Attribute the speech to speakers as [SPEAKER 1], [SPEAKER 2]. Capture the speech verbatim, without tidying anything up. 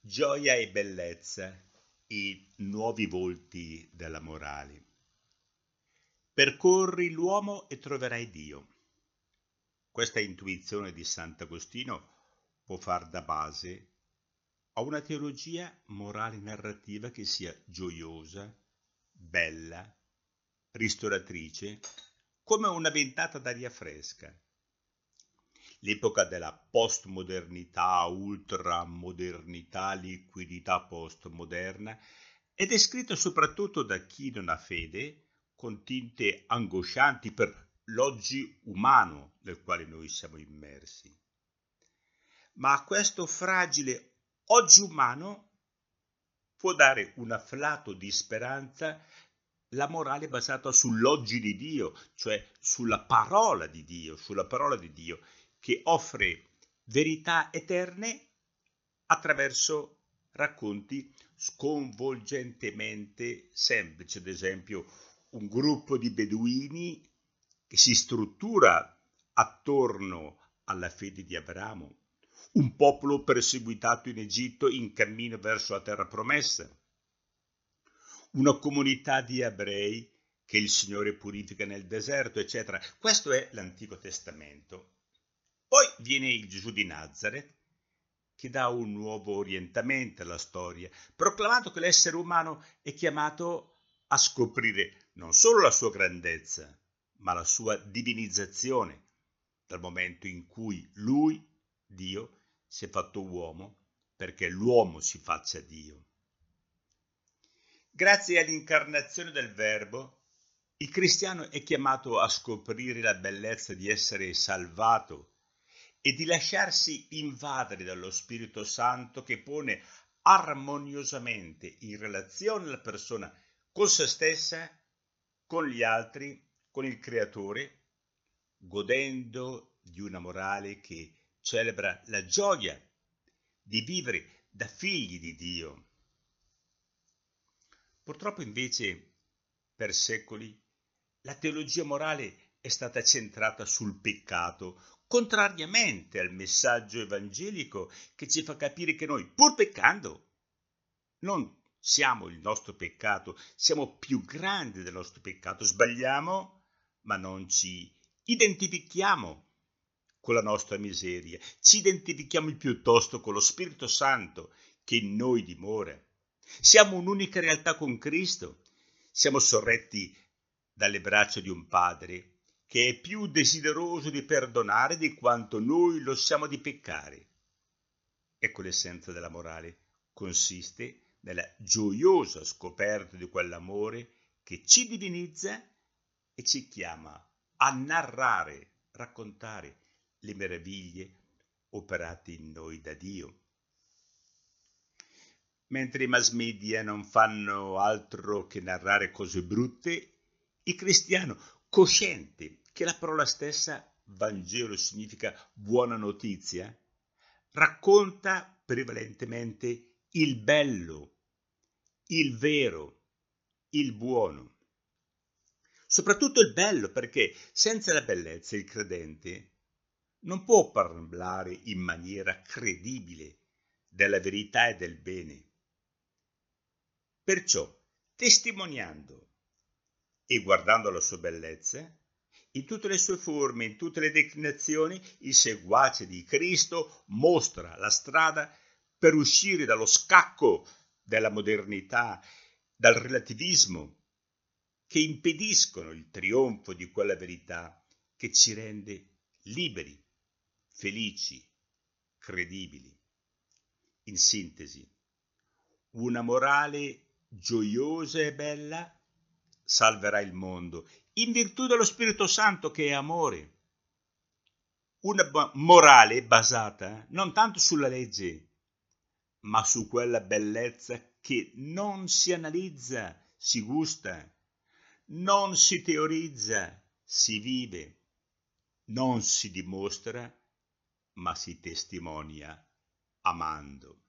[SPEAKER 1] Gioia e bellezza, i nuovi volti della morale. Percorri l'uomo e troverai Dio. Questa intuizione di Sant'Agostino può far da base a una teologia morale narrativa che sia gioiosa, bella, ristoratrice, come una ventata d'aria fresca. L'epoca della postmodernità, ultramodernità, liquidità postmoderna è descritta soprattutto da chi non ha fede con tinte angoscianti per l'oggi umano nel quale noi siamo immersi. Ma a questo fragile oggi umano può dare un afflato di speranza la morale basata sull'oggi di Dio, cioè sulla parola di Dio, sulla parola di Dio, che offre verità eterne attraverso racconti sconvolgentemente semplici. Ad esempio, un gruppo di beduini che si struttura attorno alla fede di Abramo, un popolo perseguitato in Egitto in cammino verso la terra promessa, una comunità di ebrei che il Signore purifica nel deserto, eccetera. Questo è l'Antico Testamento. Poi viene il Gesù di Nazaret, che dà un nuovo orientamento alla storia, proclamando che l'essere umano è chiamato a scoprire non solo la sua grandezza, ma la sua divinizzazione, dal momento in cui lui, Dio, si è fatto uomo, perché l'uomo si faccia Dio. Grazie all'incarnazione del Verbo, il cristiano è chiamato a scoprire la bellezza di essere salvato e di lasciarsi invadere dallo Spirito Santo che pone armoniosamente in relazione la persona con se stessa, con gli altri, con il Creatore, godendo di una morale che celebra la gioia di vivere da figli di Dio. Purtroppo invece, per secoli, la teologia morale è stata centrata sul peccato, contrariamente al messaggio evangelico che ci fa capire che noi, pur peccando, non siamo il nostro peccato, siamo più grandi del nostro peccato, sbagliamo, ma non ci identifichiamo con la nostra miseria, ci identifichiamo piuttosto con lo Spirito Santo che in noi dimora. Siamo un'unica realtà con Cristo, siamo sorretti dalle braccia di un Padre che è più desideroso di perdonare di quanto noi lo siamo di peccare. Ecco l'essenza della morale, consiste nella gioiosa scoperta di quell'amore che ci divinizza e ci chiama a narrare, raccontare le meraviglie operate in noi da Dio. Mentre i mass media non fanno altro che narrare cose brutte, il cristiano, cosciente che la parola stessa, Vangelo, significa buona notizia, racconta prevalentemente il bello, il vero, il buono. Soprattutto il bello, perché senza la bellezza il credente non può parlare in maniera credibile della verità e del bene. Perciò, testimoniando e guardando la sua bellezza, in tutte le sue forme, in tutte le declinazioni, il seguace di Cristo mostra la strada per uscire dallo scacco della modernità, dal relativismo, che impediscono il trionfo di quella verità che ci rende liberi, felici, credibili. In sintesi, una morale gioiosa e bella salverà il mondo in virtù dello Spirito Santo che è amore. Una morale basata non tanto sulla legge, ma su quella bellezza che non si analizza, si gusta, non si teorizza, si vive, non si dimostra, ma si testimonia amando.